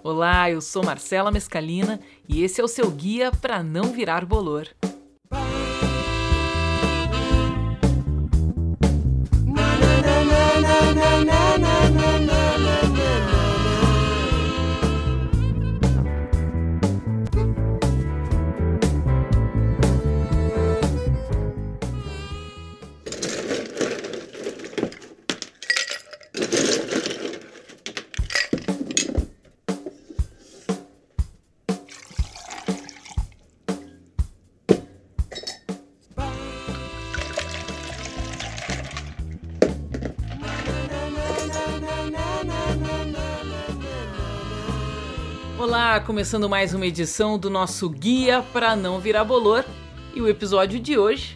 Olá, eu sou Marcela Mescalina e esse é o seu guia para não virar bolor. Olá, começando mais uma edição do nosso Guia para Não Virar Bolor. E o episódio de hoje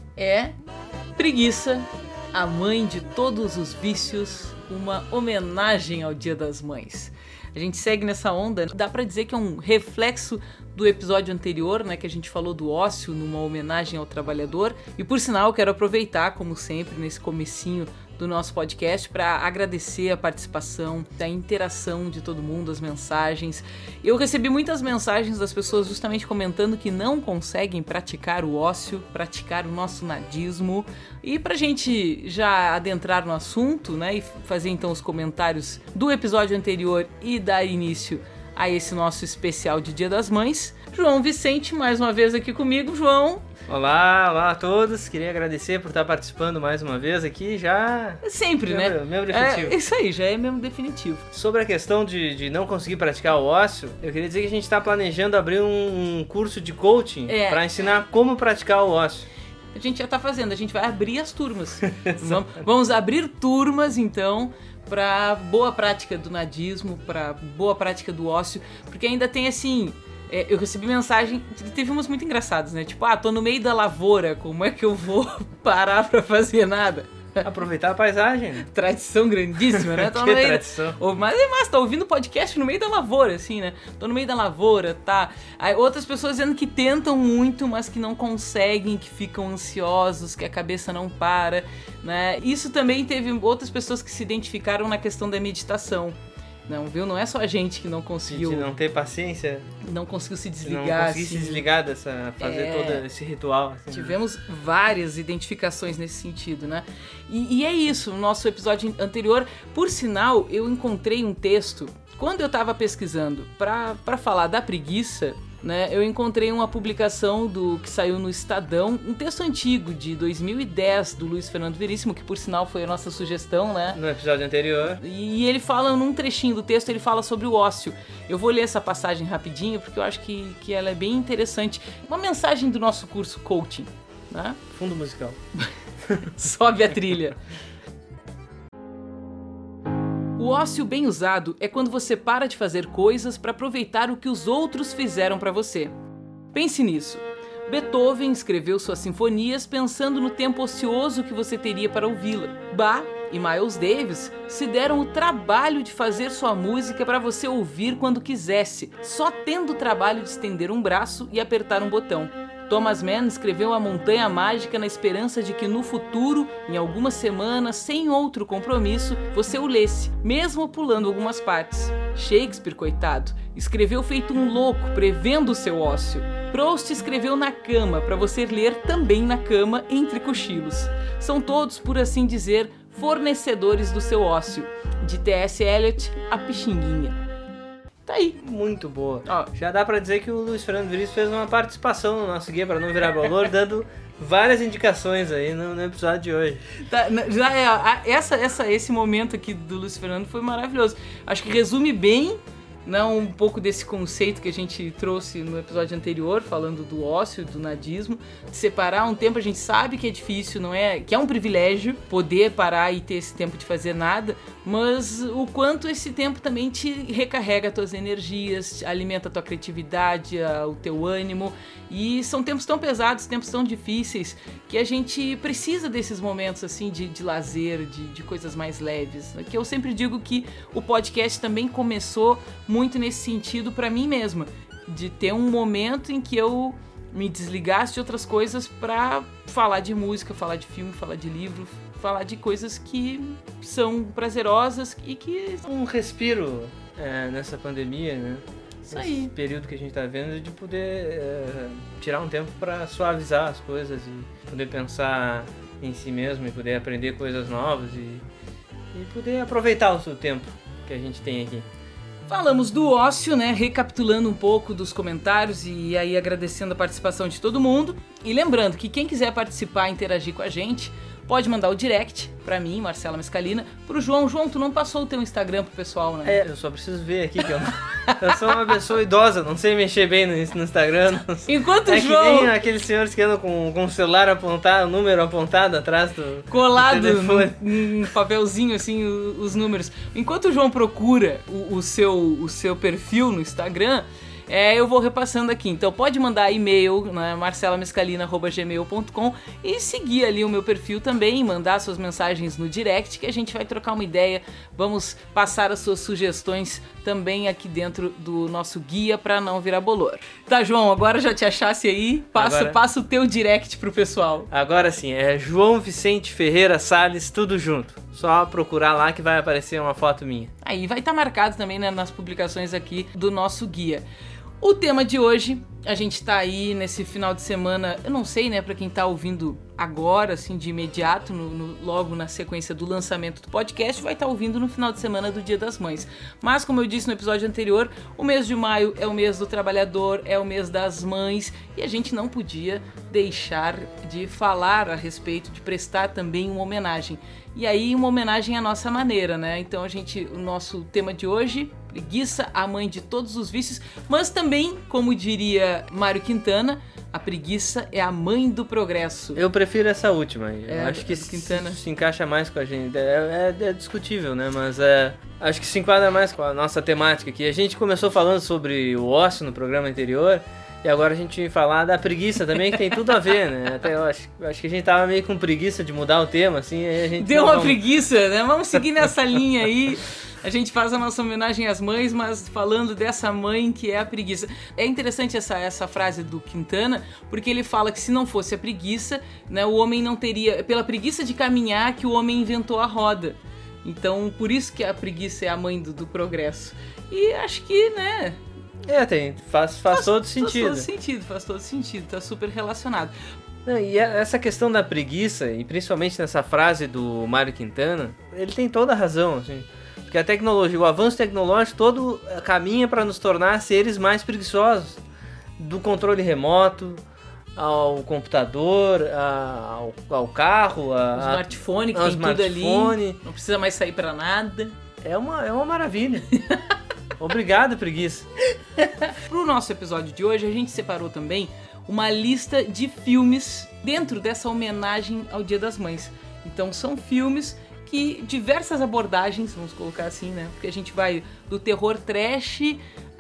é Preguiça, a mãe de todos os vícios, uma homenagem ao Dia das Mães. A gente segue nessa onda, dá pra dizer que é um reflexo do episódio anterior, né, que a gente falou do ócio numa homenagem ao trabalhador. E por sinal, quero aproveitar, como sempre, nesse comecinho do nosso podcast para agradecer a participação, a interação de todo mundo, as mensagens. Eu recebi muitas mensagens das pessoas justamente comentando que não conseguem praticar o ócio, praticar o nosso nadismo. E pra gente já adentrar no assunto, né, e fazer então os comentários do episódio anterior e dar início a esse nosso especial de Dia das Mães, João Vicente mais uma vez aqui comigo. João, olá a todos, queria agradecer por estar participando mais uma vez aqui, já... Sempre, né? Mesmo definitivo. Isso aí, já é mesmo definitivo. Sobre a questão de não conseguir praticar o ócio, eu queria dizer que a gente está planejando abrir um curso de coaching para ensinar como praticar o ócio. A gente já está fazendo, a gente vai abrir as turmas. Vamos abrir turmas, então, para boa prática do nadismo, para boa prática do ócio, porque ainda tem assim... eu recebi mensagem, teve umas muito engraçadas, né? Tipo, tô no meio da lavoura, como é que eu vou parar pra fazer nada? Aproveitar a paisagem. Tradição grandíssima, né? Que tradição. Mas é massa, tá ouvindo podcast no meio da lavoura, assim, né? Tô no meio da lavoura, tá? Aí outras pessoas dizendo que tentam muito, mas que não conseguem, que ficam ansiosos, que a cabeça não para, né? Isso também teve outras pessoas que se identificaram na questão da meditação. Não, viu? Não é só a gente que não conseguiu... De não ter paciência. Não conseguiu se desligar. Não conseguir se desligar fazer todo esse ritual. Assim. Tivemos várias identificações nesse sentido, né? E é isso, no nosso episódio anterior. Por sinal, eu encontrei um texto, quando eu estava pesquisando para falar da preguiça, né, eu encontrei uma publicação que saiu no Estadão, um texto antigo de 2010 do Luiz Fernando Veríssimo, que por sinal foi a nossa sugestão, né? No episódio anterior. E ele fala, num trechinho do texto, ele fala sobre o ócio. Eu vou ler essa passagem rapidinho, porque eu acho que ela é bem interessante. Uma mensagem do nosso curso Coaching, né? Fundo musical. Sobe a trilha. O ócio bem usado é quando você para de fazer coisas para aproveitar o que os outros fizeram para você. Pense nisso. Beethoven escreveu suas sinfonias pensando no tempo ocioso que você teria para ouvi-la. Bach e Miles Davis se deram o trabalho de fazer sua música para você ouvir quando quisesse, só tendo o trabalho de estender um braço e apertar um botão. Thomas Mann escreveu A Montanha Mágica na esperança de que no futuro, em algumas semanas, sem outro compromisso, você o lesse, mesmo pulando algumas partes. Shakespeare, coitado, escreveu feito um louco, prevendo o seu ócio. Proust escreveu na cama, para você ler também na cama, entre cochilos. São todos, por assim dizer, fornecedores do seu ócio. De T.S. Eliot, a Pixinguinha. Tá aí. Muito boa. Já dá pra dizer que o Luiz Fernando Veríssimo fez uma participação no nosso Guia para Não Virar Bolor, dando várias indicações aí no episódio de hoje. Tá, já esse momento aqui do Luiz Fernando foi maravilhoso. Acho que resume bem, né, um pouco desse conceito que a gente trouxe no episódio anterior, falando do ócio, do nadismo, de separar um tempo. A gente sabe que é difícil, não é? Que é um privilégio poder parar e ter esse tempo de fazer nada, mas o quanto esse tempo também te recarrega as tuas energias, alimenta a tua criatividade, o teu ânimo. E são tempos tão pesados, tempos tão difíceis, que a gente precisa desses momentos assim de lazer, de coisas mais leves. Que eu sempre digo que o podcast também começou muito nesse sentido para mim mesma, de ter um momento em que eu me desligasse de outras coisas para falar de música, falar de filme, falar de livro, falar de coisas que são prazerosas e que... Um respiro nessa pandemia, né? Isso aí. Esse período que a gente tá vendo, de poder tirar um tempo para suavizar as coisas e poder pensar em si mesmo e poder aprender coisas novas e poder aproveitar o seu tempo que a gente tem aqui. Falamos do ócio, né? Recapitulando um pouco dos comentários e aí agradecendo a participação de todo mundo. E lembrando que quem quiser participar e interagir com a gente, pode mandar o direct pra mim, Marcela Mescalina, pro João. João, tu não passou o teu Instagram pro pessoal, né? Eu só preciso ver aqui que eu sou uma pessoa idosa, não sei mexer bem no Instagram. Enquanto o João... que nem aqueles senhores que andam com o celular apontado, o número apontado atrás do colado num papelzinho, assim, os números. Enquanto o João procura o seu perfil no Instagram... eu vou repassando aqui. Então pode mandar e-mail, né, marcelamescalina@gmail.com, e seguir ali o meu perfil também, mandar suas mensagens no direct, que a gente vai trocar uma ideia. Vamos passar as suas sugestões também aqui dentro do nosso guia pra não virar bolor. Tá, João, agora já te achasse aí, passa o teu direct pro pessoal. Agora sim, é João Vicente Ferreira Salles, tudo junto. Só procurar lá que vai aparecer uma foto minha. Aí vai estar marcado também, né, nas publicações aqui do nosso guia. O tema de hoje, a gente tá aí nesse final de semana, eu não sei, né, pra quem tá ouvindo agora, assim, de imediato, logo na sequência do lançamento do podcast, vai estar ouvindo no final de semana do Dia das Mães. Mas, como eu disse no episódio anterior, o mês de maio é o mês do trabalhador, é o mês das mães, e a gente não podia deixar de falar a respeito, de prestar também uma homenagem. E aí, uma homenagem à nossa maneira, né? Então, o nosso tema de hoje, preguiça, a mãe de todos os vícios, mas também, como diria Mário Quintana, a preguiça é a mãe do progresso. Eu prefiro essa última. Eu acho que Quintana se encaixa mais com a gente. É discutível, né? Mas acho que se enquadra mais com a nossa temática aqui. A gente começou falando sobre o ócio no programa anterior. E agora a gente vai falar da preguiça também, que tem tudo a ver, né? Até eu acho que a gente tava meio com preguiça de mudar o tema, assim, aí a gente... Deu uma preguiça, né? Vamos seguir nessa linha aí. A gente faz a nossa homenagem às mães, mas falando dessa mãe que é a preguiça. É interessante essa frase do Quintana, porque ele fala que se não fosse a preguiça, né, o homem não teria... Pela preguiça de caminhar que o homem inventou a roda. Então, por isso que a preguiça é a mãe do progresso. E acho que, né... faz todo sentido. Faz todo sentido, tá super relacionado. E essa questão da preguiça, e principalmente nessa frase do Mário Quintana, ele tem toda a razão, assim. Porque a tecnologia, o avanço tecnológico todo caminha para nos tornar seres mais preguiçosos. Do controle remoto, ao computador, ao carro, ao smartphone, que tem tudo ali, não precisa mais sair para nada. É uma maravilha. Obrigado, preguiça. Pro nosso episódio de hoje, a gente separou também uma lista de filmes dentro dessa homenagem ao Dia das Mães. Então são filmes que diversas abordagens, vamos colocar assim, né? Porque a gente vai do terror trash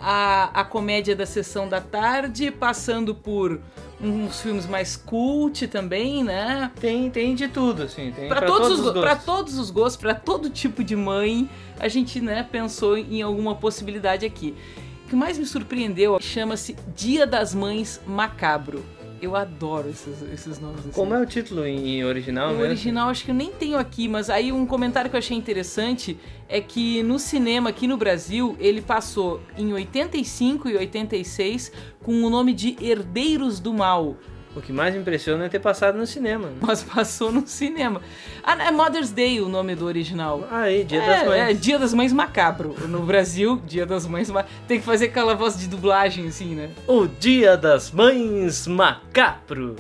à comédia da sessão da tarde, passando por uns filmes mais cult também, né? Tem de tudo, assim. Tem pra todos os gostos. Pra todos os gostos, pra todo tipo de mãe, a gente, né, pensou em alguma possibilidade aqui. O que mais me surpreendeu chama-se Dia das Mães Macabro. Eu adoro esses nomes. Assim. Como é o título em original mesmo? Em original acho que eu nem tenho aqui, mas aí um comentário que eu achei interessante é que no cinema aqui no Brasil ele passou em 85 e 86 com o nome de Herdeiros do Mal. O que mais me impressiona é ter passado no cinema. Né? Mas passou no cinema. É Mother's Day o nome do original. Aí, Dia das Mães. É, Dia das Mães Macabro. No Brasil, Dia das Mães tem que fazer aquela voz de dublagem assim, né? O Dia das Mães Macabro.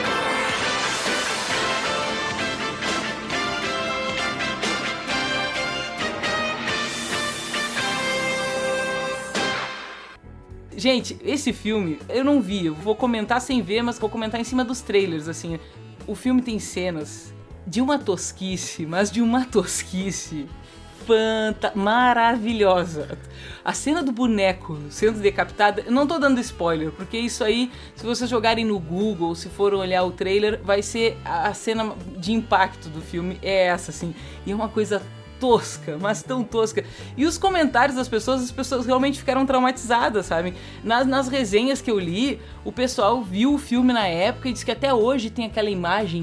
Gente, esse filme eu não vi, eu vou comentar sem ver, mas vou comentar em cima dos trailers, assim. O filme tem cenas de uma tosquice, mas de uma tosquice maravilhosa. A cena do boneco sendo decapitado, eu não tô dando spoiler, porque isso aí, se vocês jogarem no Google, se forem olhar o trailer, vai ser a cena de impacto do filme, é essa, assim. E é uma coisa tosca, mas tão tosca. E os comentários das pessoas, as pessoas realmente ficaram traumatizadas, sabe? Nas resenhas que eu li, o pessoal viu o filme na época e disse que até hoje tem aquela imagem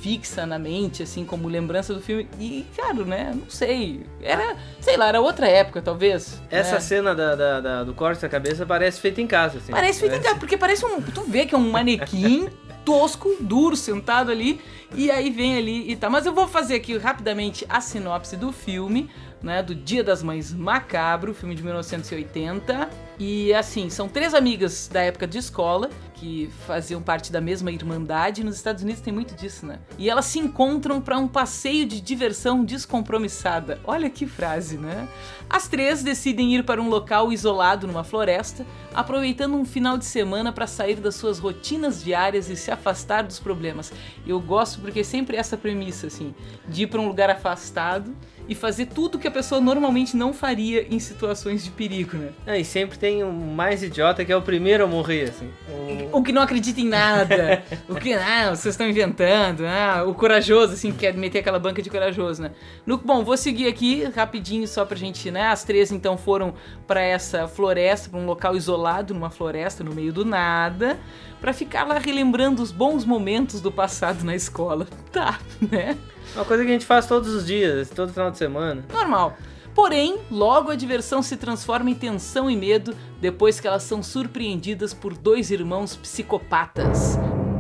fixa na mente, assim, como lembrança do filme. E, cara, né, não sei. Era outra época, talvez. Essa né? cena do corte da cabeça parece feita em casa, assim. Parece feita em casa, porque parece tu vê que é um manequim tosco, duro, sentado ali, e aí vem ali e tá. Mas eu vou fazer aqui rapidamente a sinopse do filme, né, do Dia das Mães Macabro, filme de 1980. E assim, são 3 amigas da época de escola que faziam parte da mesma irmandade. Nos Estados Unidos tem muito disso, né? E elas se encontram para um passeio de diversão descompromissada. Olha que frase, né? As 3 decidem ir para um local isolado numa floresta, aproveitando um final de semana para sair das suas rotinas diárias e se afastar dos problemas. Eu gosto porque sempre essa premissa, assim, de ir para um lugar afastado e fazer tudo que a pessoa normalmente não faria em situações de perigo, né? E sempre tem o mais idiota que é o primeiro a morrer, assim. O que não acredita em nada, o que, vocês estão inventando, o corajoso, assim, que quer meter aquela banca de corajoso, né? Bom, vou seguir aqui rapidinho só pra gente, né? As 3 então foram pra essa floresta, pra um local isolado, numa floresta, no meio do nada, pra ficar lá relembrando os bons momentos do passado na escola. Tá, né? Uma coisa que a gente faz todos os dias, todo final de semana. Normal. Porém, logo a diversão se transforma em tensão e medo depois que elas são surpreendidas por 2 irmãos psicopatas.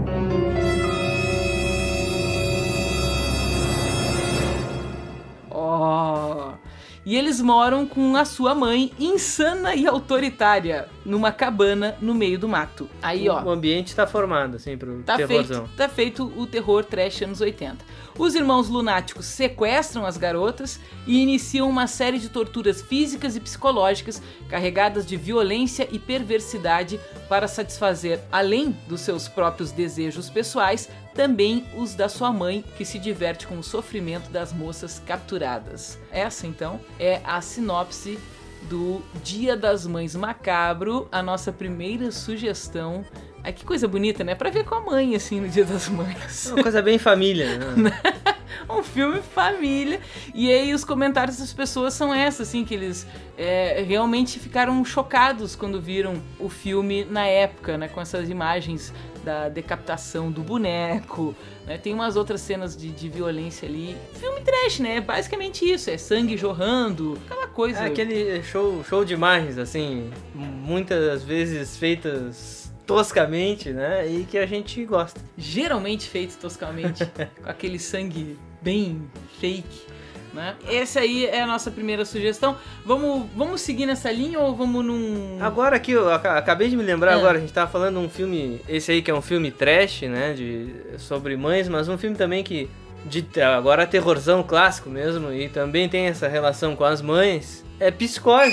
E eles moram com a sua mãe, insana e autoritária, numa cabana no meio do mato. Aí, O ambiente tá formado, assim, pro terrorzão. Tá feito o terror trash anos 80. Os irmãos lunáticos sequestram as garotas e iniciam uma série de torturas físicas e psicológicas carregadas de violência e perversidade para satisfazer, além dos seus próprios desejos pessoais, também os da sua mãe, que se diverte com o sofrimento das moças capturadas. Essa, então, é a sinopse do Dia das Mães Macabro, a nossa primeira sugestão. Ai, que coisa bonita, né? Pra ver com a mãe, assim, no Dia das Mães. Uma coisa bem família, né? Um filme família. E aí os comentários das pessoas são esses, assim, que eles realmente ficaram chocados quando viram o filme na época, né? Com essas imagens da decapitação do boneco, né? Tem umas outras cenas de violência ali. Filme trash, né? Basicamente isso, é sangue jorrando, aquela coisa. É aquele show de imagens, assim, muitas vezes feitas toscamente, né? E que a gente gosta. Geralmente feito toscamente, com aquele sangue bem fake, né? Essa aí é a nossa primeira sugestão. Vamos seguir nessa linha ou vamos num... Agora aqui, eu acabei de me lembrar agora, a gente tava falando de um filme, esse aí que é um filme trash, né? Sobre mães, mas um filme também que... agora terrorzão clássico mesmo, e também tem essa relação com as mães, é Psicose.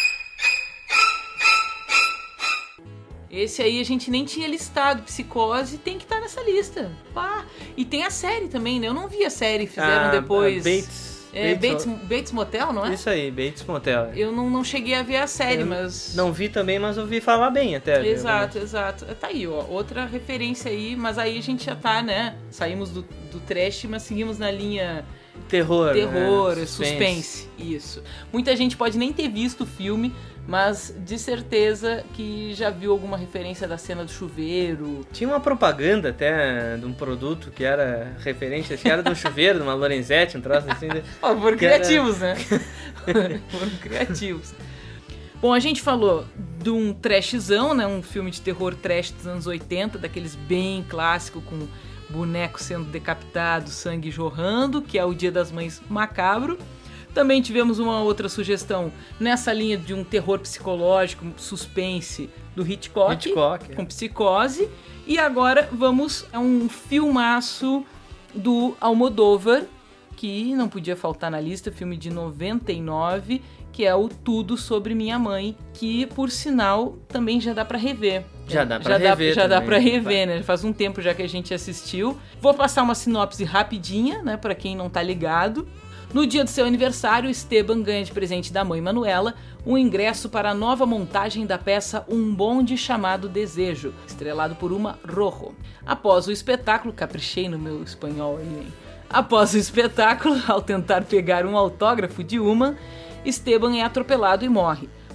Esse aí a gente nem tinha listado, Psicose tem que estar nessa lista. Pá. E tem a série também, né? Eu não vi a série, fizeram depois... Bates Motel, não é? Isso aí, Bates Motel. Eu não cheguei a ver a série, mas... Não vi também, mas ouvi falar bem até. Exato. Tá aí, ó. Outra referência aí, mas aí a gente já tá, né? Saímos do trash, mas seguimos na linha... Terror, né? Suspense. Isso. Muita gente pode nem ter visto o filme, mas de certeza que já viu alguma referência da cena do chuveiro. Tinha uma propaganda até de um produto que era referente, acho que era de um chuveiro, de uma Lorenzetti, um troço assim. Foram criativos, né? Foram criativos. Bom, a gente falou de um trashzão, né? Um filme de terror trash dos anos 80, daqueles bem clássicos, com boneco sendo decapitado, sangue jorrando, que é o Dia das Mães Macabro. Também tivemos uma outra sugestão nessa linha de um terror psicológico, suspense, do Hitchcock com Psicose. E agora vamos a um filmaço do Almodóvar, que não podia faltar na lista, filme de 99, que é o Tudo Sobre Minha Mãe, que, por sinal, também já dá pra rever. Já dá pra rever, né? Faz um tempo já que a gente assistiu. Vou passar uma sinopse rapidinha, né, pra quem não tá ligado. No dia do seu aniversário, Esteban ganha de presente da mãe Manuela um ingresso para a nova montagem da peça Um Bonde Chamado Desejo, estrelado por Uma Rojo. Após o espetáculo, caprichei no meu espanhol aí, hein? Após o espetáculo, ao tentar pegar um autógrafo de Uma, Esteban é atropelado e morre.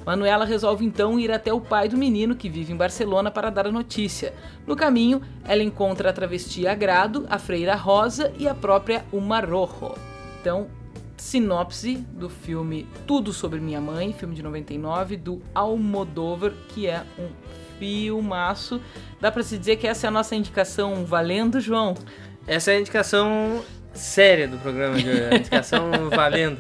Manuela resolve então ir até o pai do menino, que vive em Barcelona, para dar a notícia. No caminho, ela encontra a travesti Agrado, a freira Rosa e a própria Uma Rojo. Então, sinopse do filme Tudo Sobre Minha Mãe, filme de 99, do Almodóvar, que é um filmaço. Dá pra se dizer que essa é a nossa indicação valendo, João? Essa é a indicação séria do programa de hoje, a indicação valendo.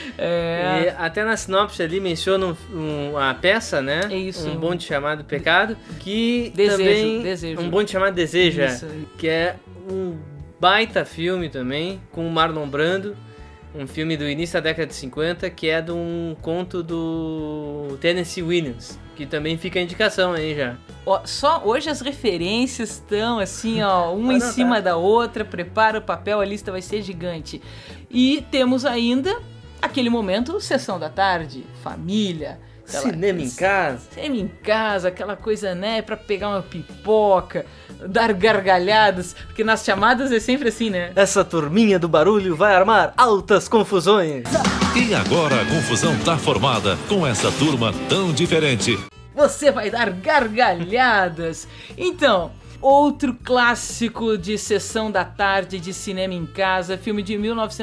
E até na sinopse ali menciona a peça, né? É isso. Um Bonde Chamado Pecado, que Desejo. Um Bonde Chamado Desejo, Isso. que é um baita filme também, com o Marlon Brando, um filme do início da década de 50, que é de um conto do Tennessee Williams, que também fica a indicação aí já. Ó, só hoje as referências estão assim, ó, uma em cima da outra, prepara o papel, a lista vai ser gigante. E temos ainda aquele momento, sessão da tarde, família, cinema em casa. Cinema em casa, aquela coisa, né, pra pegar uma pipoca, dar gargalhadas, porque nas chamadas é sempre assim, né? Essa turminha do barulho vai armar altas confusões. E agora a confusão tá formada com essa turma tão diferente. Você vai dar gargalhadas. Então, outro clássico de sessão da tarde de cinema em casa, filme de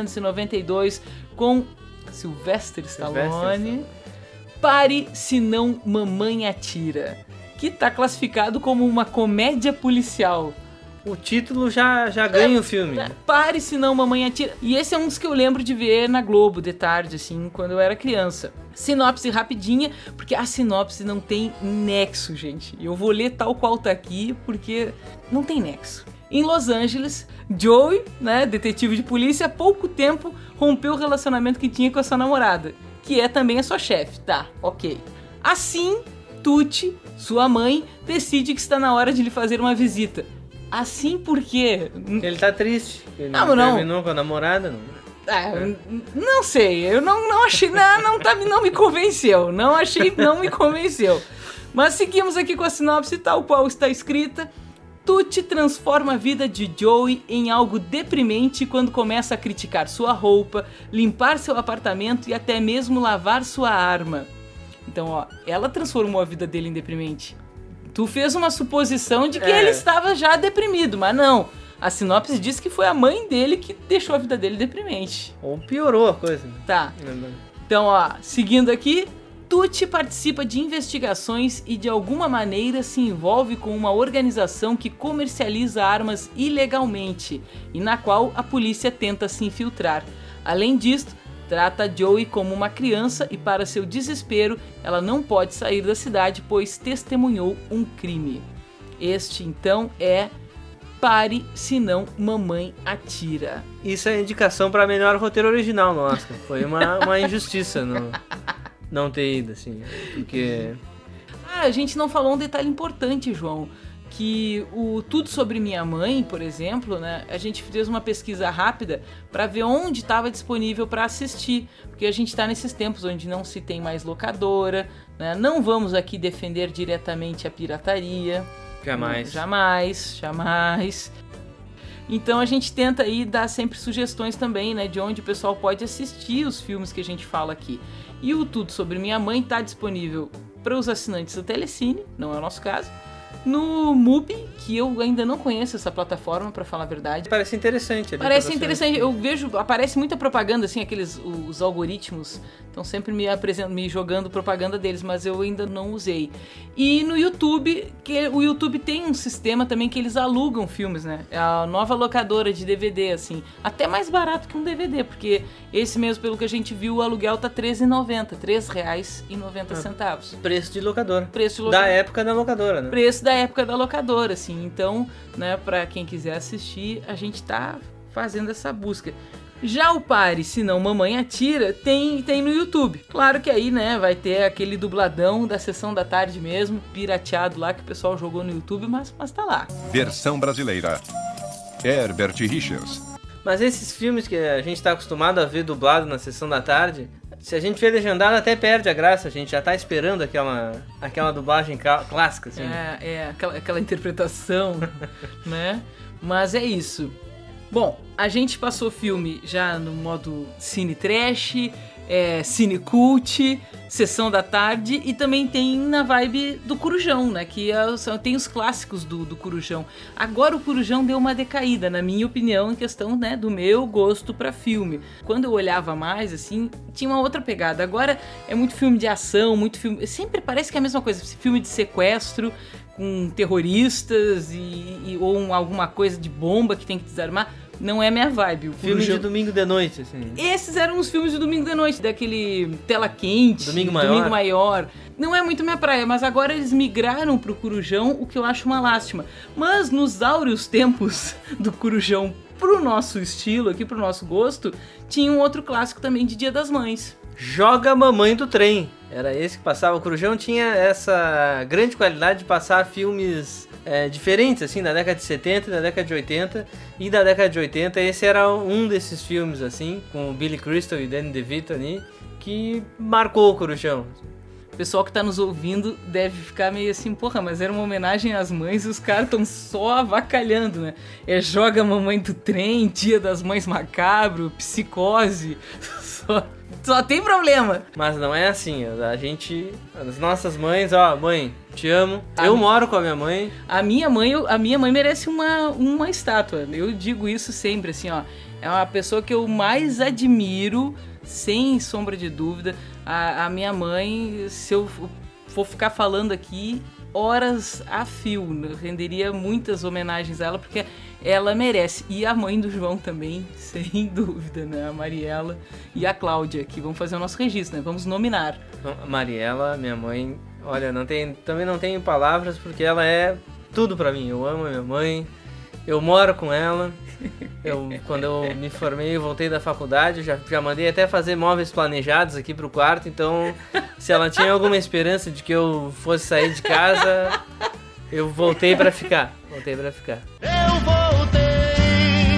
1992 com Sylvester Stallone. Pare Senão Mamãe Atira, que tá classificado como uma comédia policial. O título já ganha o filme. Pare Senão Mamãe Atira. E esse é um dos que eu lembro de ver na Globo de tarde, assim, quando eu era criança. Sinopse rapidinha, porque a sinopse não tem nexo, gente. Eu vou ler tal qual tá aqui, porque não tem nexo. Em Los Angeles, Joey, né, detetive de polícia, há pouco tempo rompeu o relacionamento que tinha com a sua namorada, que é também a sua chefe, tá, ok. Assim, Tucci, sua mãe, decide que está na hora de lhe fazer uma visita. Assim por quê? Ele tá triste. Ele não terminou com a namorada, não. Não sei, eu não achei, não me convenceu, não me convenceu. Mas seguimos aqui com a sinopse tal qual está escrita. Tucci transforma a vida de Joey em algo deprimente quando começa a criticar sua roupa, limpar seu apartamento e até mesmo lavar sua arma. Então, ó, ela transformou a vida dele em deprimente. Tu fez uma suposição de que ele estava já deprimido, mas não. A sinopse diz que foi a mãe dele que deixou a vida dele deprimente. Ou piorou a coisa. Tá. Então, ó, seguindo aqui, Tucci participa de investigações e de alguma maneira se envolve com uma organização que comercializa armas ilegalmente e na qual a polícia tenta se infiltrar. Além disto, trata Joey como uma criança e, para seu desespero, ela não pode sair da cidade pois testemunhou um crime. Este, então, é Pare Senão Mamãe Atira. Isso é indicação para melhor roteiro original no Oscar. Foi uma injustiça não ter ido, assim, porque... A gente não falou um detalhe importante, João, que o Tudo Sobre Minha Mãe, por exemplo, né, a gente fez uma pesquisa rápida para ver onde estava disponível para assistir, porque a gente está nesses tempos onde não se tem mais locadora, né, não vamos aqui defender diretamente a pirataria. Jamais. Então a gente tenta aí dar sempre sugestões também, né, de onde o pessoal pode assistir os filmes que a gente fala aqui. E o Tudo Sobre Minha Mãe está disponível para os assinantes do Telecine, não é o nosso caso, no MUBI, que eu ainda não conheço essa plataforma, para falar a verdade. Parece interessante. Parece interessante. Eu vejo, aparece muita propaganda, assim, os algoritmos estão sempre me jogando propaganda deles, mas eu ainda não usei. E no YouTube, o YouTube tem um sistema também que eles alugam filmes, né? É a nova locadora de DVD, assim, até mais barato que um DVD, porque esse mesmo, pelo que a gente viu, o aluguel tá R$13,90, R$3,90. Preço de locadora. Da época da locadora, né? Preço da época da locadora, assim. Então, né, pra quem quiser assistir, a gente tá fazendo essa busca. Já o Pare Senão Mamãe Atira tem no YouTube. Claro que aí, né, vai ter aquele dubladão da sessão da tarde mesmo, pirateado lá, que o pessoal jogou no YouTube, mas tá lá. Versão brasileira. Herbert Richards. Mas esses filmes que a gente tá acostumado a ver dublado na sessão da tarde, se a gente vê legendado até perde a graça, a gente já tá esperando aquela dublagem clássica, assim. Aquela interpretação, né? Mas é isso. Bom, a gente passou filme já no modo cine trash, Cine Cult, Sessão da Tarde, e também tem na vibe do Corujão, né? Que tem os clássicos do Corujão. Agora o Corujão deu uma decaída, na minha opinião, em questão, né, do meu gosto pra filme. Quando eu olhava mais, assim, tinha uma outra pegada. Agora é muito filme de ação, muito filme... Sempre parece que é a mesma coisa, filme de sequestro, com terroristas ou alguma coisa de bomba que tem que desarmar. Não é minha vibe. Filme de domingo de noite, assim. Esses eram os filmes de domingo de noite, daquele Tela Quente, Domingo Maior. Não é muito minha praia, mas agora eles migraram pro Corujão, o que eu acho uma lástima. Mas nos áureos tempos do Corujão, pro nosso estilo, aqui pro nosso gosto, tinha um outro clássico também de Dia das Mães. Joga Mamãe do Trem. Era esse que passava. O Corujão tinha essa grande qualidade de passar filmes diferentes, assim, da década de 70 e da década de 80. E da década de 80, esse era um desses filmes, assim, com o Billy Crystal e Danny DeVito ali, que marcou o Corujão. O pessoal que tá nos ouvindo deve ficar meio assim, porra, mas era uma homenagem às mães e os caras tão só avacalhando, né? Joga Mamãe do Trem, Dia das Mães Macabro, Psicose, só tem problema. Mas não é assim, as nossas mães, ó, mãe, te amo, eu moro com a minha mãe. A minha mãe merece uma estátua, eu digo isso sempre, assim, ó, é uma pessoa que eu mais admiro, sem sombra de dúvida. A minha mãe, se eu for ficar falando aqui horas a fio, eu renderia muitas homenagens a ela, porque ela merece. E a mãe do João também, sem dúvida, né? A Mariela e a Cláudia, que vão fazer o nosso registro, né? Vamos nominar. A Mariela, minha mãe, olha, também não tenho palavras, porque ela é tudo pra mim. Eu amo a minha mãe, eu moro com ela. Quando eu me formei, eu voltei da faculdade, já mandei até fazer móveis planejados aqui pro quarto, então se ela tinha alguma esperança de que eu fosse sair de casa, eu voltei pra ficar. Eu voltei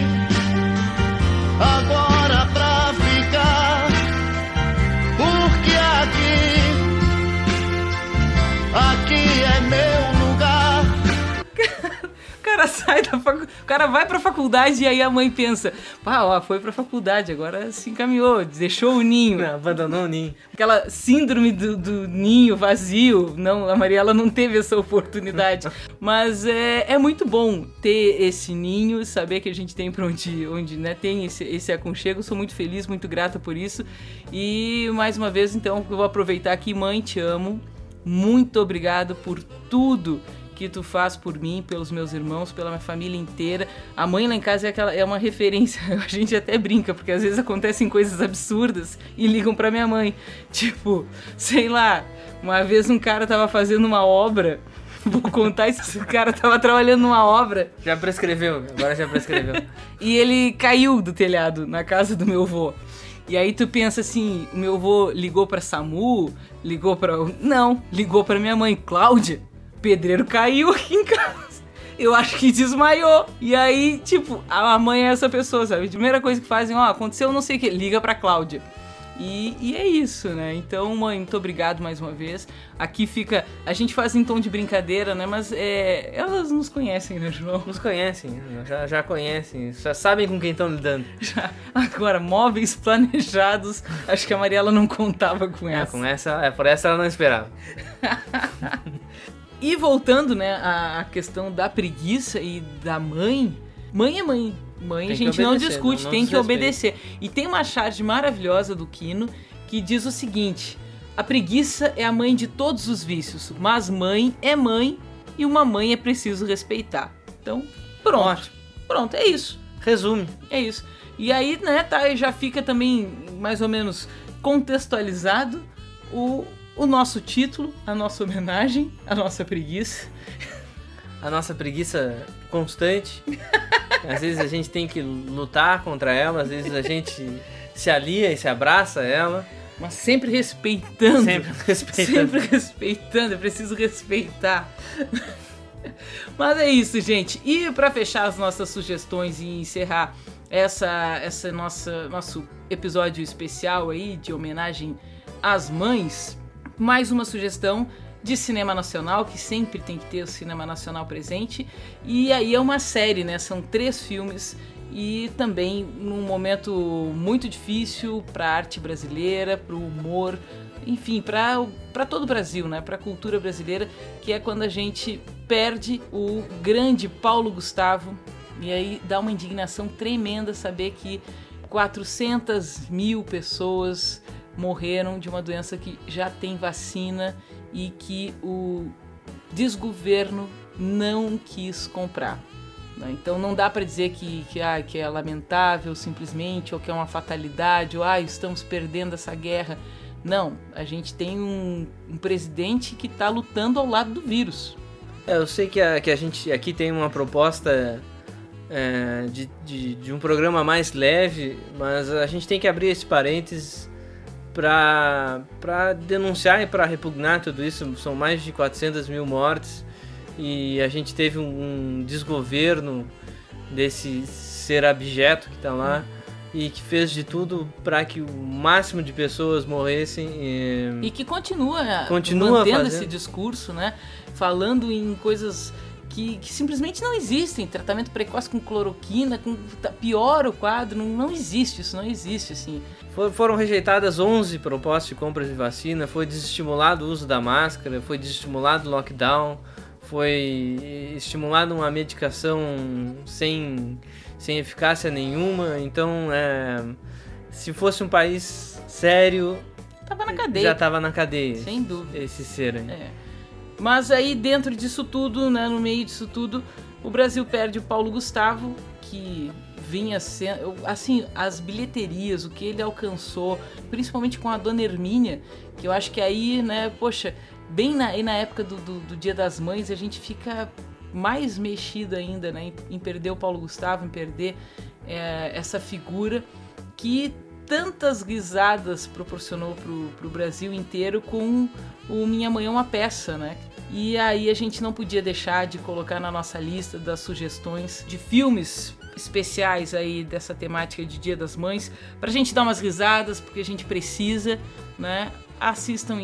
agora pra ficar, porque aqui é meu lugar. O cara vai pra faculdade e aí a mãe pensa, foi pra faculdade, agora se encaminhou, deixou o ninho. Não, abandonou o ninho. Aquela síndrome do ninho vazio, não, a Mariela não teve essa oportunidade. Mas é muito bom ter esse ninho, saber que a gente tem pra onde né, tem esse aconchego. Sou muito feliz, muito grata por isso. E mais uma vez, então, eu vou aproveitar aqui, mãe, te amo. Muito obrigado por tudo que tu faz por mim, pelos meus irmãos, pela minha família inteira. A mãe lá em casa é uma referência, a gente até brinca, porque às vezes acontecem coisas absurdas e ligam pra minha mãe. Tipo, sei lá, uma vez um cara tava fazendo uma obra, vou contar isso, o cara tava trabalhando numa obra. Já prescreveu. E ele caiu do telhado na casa do meu avô. E aí tu pensa assim, o meu avô ligou pra SAMU, ligou pra minha mãe, Cláudia. O pedreiro caiu aqui em casa. Eu acho que desmaiou. E aí, tipo, a mãe é essa pessoa, sabe? A primeira coisa que fazem, aconteceu não sei o que, liga pra Cláudia. E é isso, né? Então, mãe, muito obrigado mais uma vez. Aqui fica... A gente faz em tom de brincadeira, né? Mas elas nos conhecem, né, João? Nos conhecem, já conhecem. Já sabem com quem estão lidando. Agora, móveis planejados. Acho que a Mariela não contava com essa. Por essa ela não esperava. E voltando, né, à questão da preguiça e da mãe. Mãe é mãe. Mãe a gente não discute, tem que obedecer. E tem uma charge maravilhosa do Quino que diz o seguinte: a preguiça é a mãe de todos os vícios, mas mãe é mãe e uma mãe é preciso respeitar. Então, pronto. Ótimo. Pronto, é isso. Resume. É isso. E aí, né, já fica também mais ou menos contextualizado o nosso título, a nossa homenagem, a nossa preguiça. A nossa preguiça constante. Às vezes a gente tem que lutar contra ela, às vezes a gente se alia e se abraça a ela. Mas sempre respeitando. Sempre respeitando, é preciso respeitar. Mas é isso, gente. E para fechar as nossas sugestões e encerrar essa nosso episódio especial aí de homenagem às mães, mais uma sugestão de cinema nacional, que sempre tem que ter o cinema nacional presente. E aí é uma série, né? São 3 filmes e também num momento muito difícil para a arte brasileira, para o humor, enfim, para todo o Brasil, né? Para a cultura brasileira, que é quando a gente perde o grande Paulo Gustavo, e aí dá uma indignação tremenda saber que 400 mil pessoas morreram de uma doença que já tem vacina e que o desgoverno não quis comprar. Então não dá para dizer que é lamentável simplesmente, ou que é uma fatalidade, ou estamos perdendo essa guerra. Não, a gente tem um presidente que está lutando ao lado do vírus. Eu sei que a gente aqui tem uma proposta de um programa mais leve, mas a gente tem que abrir esse parênteses para denunciar e para repugnar tudo isso. São mais de 400 mil mortes e a gente teve um desgoverno desse ser abjeto que está lá e que fez de tudo para que o máximo de pessoas morressem. E que continua mantendo esse discurso, né? Falando em coisas que simplesmente não existem. Tratamento precoce com cloroquina, piora o quadro, não existe, isso não existe, assim. Foram rejeitadas 11 propostas de compras de vacina, foi desestimulado o uso da máscara, foi desestimulado o lockdown, foi estimulada uma medicação sem eficácia nenhuma. Então, se fosse um país sério, tava na cadeia. Já estava na cadeia. Sem dúvida. Esse ser aí. Mas aí dentro disso tudo, né, no meio disso tudo, o Brasil perde o Paulo Gustavo, que vinha sendo, assim, as bilheterias, o que ele alcançou, principalmente com a Dona Hermínia, que eu acho que aí, né, poxa, bem na época do Dia das Mães, a gente fica mais mexido ainda, né, em perder o Paulo Gustavo, em perder essa figura que tantas risadas proporcionou pro Brasil inteiro com o Minha Mãe é uma Peça, né? E aí a gente não podia deixar de colocar na nossa lista das sugestões de filmes especiais aí dessa temática de Dia das Mães, pra gente dar umas risadas, porque a gente precisa, né? Assistam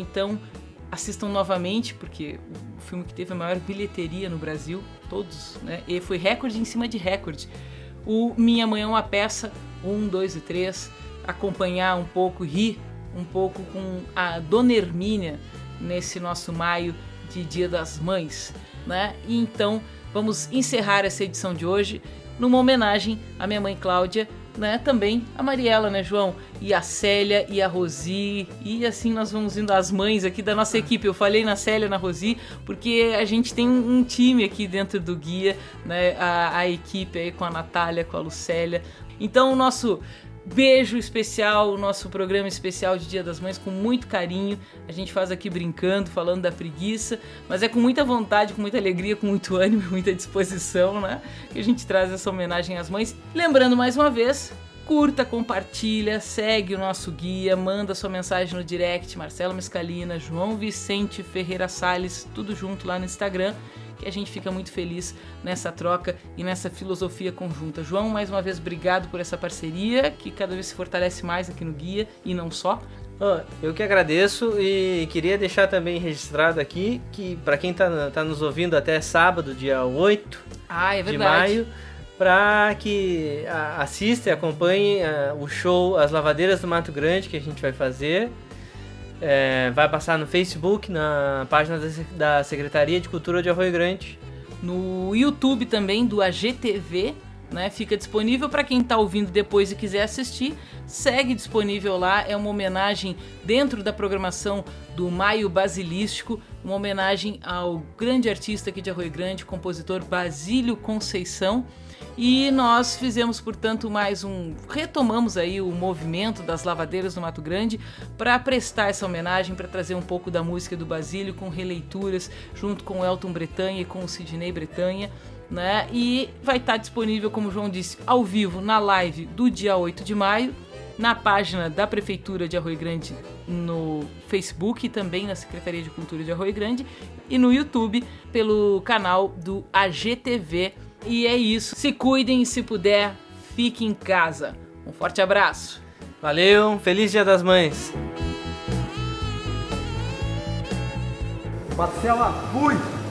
novamente, porque o filme que teve a maior bilheteria no Brasil, todos, né? E foi recorde em cima de recorde. O Minha Mãe é uma Peça, 1, 2 e 3, acompanhar um pouco, rir um pouco com a Dona Hermínia nesse nosso maio de Dia das Mães, né? E então vamos encerrar essa edição de hoje numa homenagem à minha mãe Cláudia, né? Também a Mariela, né, João? E a Célia e a Rosi, e assim nós vamos indo às mães aqui da nossa equipe. Eu falei na Célia e na Rosi porque a gente tem um time aqui dentro do Guia, né? A equipe aí com a Natália, com a Lucélia. Então o nosso beijo especial, o nosso programa especial de Dia das Mães, com muito carinho. A gente faz aqui brincando, falando da preguiça, mas é com muita vontade, com muita alegria, com muito ânimo, muita disposição, né? Que a gente traz essa homenagem às mães. Lembrando mais uma vez, curta, compartilha, segue o nosso guia, manda sua mensagem no direct, Marcelo Mescalina, João Vicente Ferreira Salles, tudo junto lá no Instagram, que a gente fica muito feliz nessa troca e nessa filosofia conjunta. João, mais uma vez, obrigado por essa parceria, que cada vez se fortalece mais aqui no Guia, e não só. Eu que agradeço e queria deixar também registrado aqui que para quem tá nos ouvindo até sábado, dia 8 de maio, para que assista e acompanhe o show As Lavadeiras do Mato Grande, que a gente vai fazer. Vai passar no Facebook, na página da Secretaria de Cultura de Arroio Grande. No YouTube também, do AGTV, né? Fica disponível para quem está ouvindo depois e quiser assistir. Segue disponível lá, é uma homenagem dentro da programação do Maio Basilístico, uma homenagem ao grande artista aqui de Arroio Grande, compositor Basílio Conceição. E nós fizemos, portanto, retomamos aí o movimento das lavadeiras do Mato Grande para prestar essa homenagem, para trazer um pouco da música do Basílio com releituras, junto com o Elton Bretanha e com o Sidney Bretanha, né? E vai estar disponível, como o João disse, ao vivo na live do dia 8 de maio, na página da Prefeitura de Arroio Grande no Facebook e também na Secretaria de Cultura de Arroio Grande, e no YouTube pelo canal do AGTV. E é isso. Se cuidem e, se puder, fique em casa. Um forte abraço. Valeu, feliz Dia das Mães. Marcela, fui!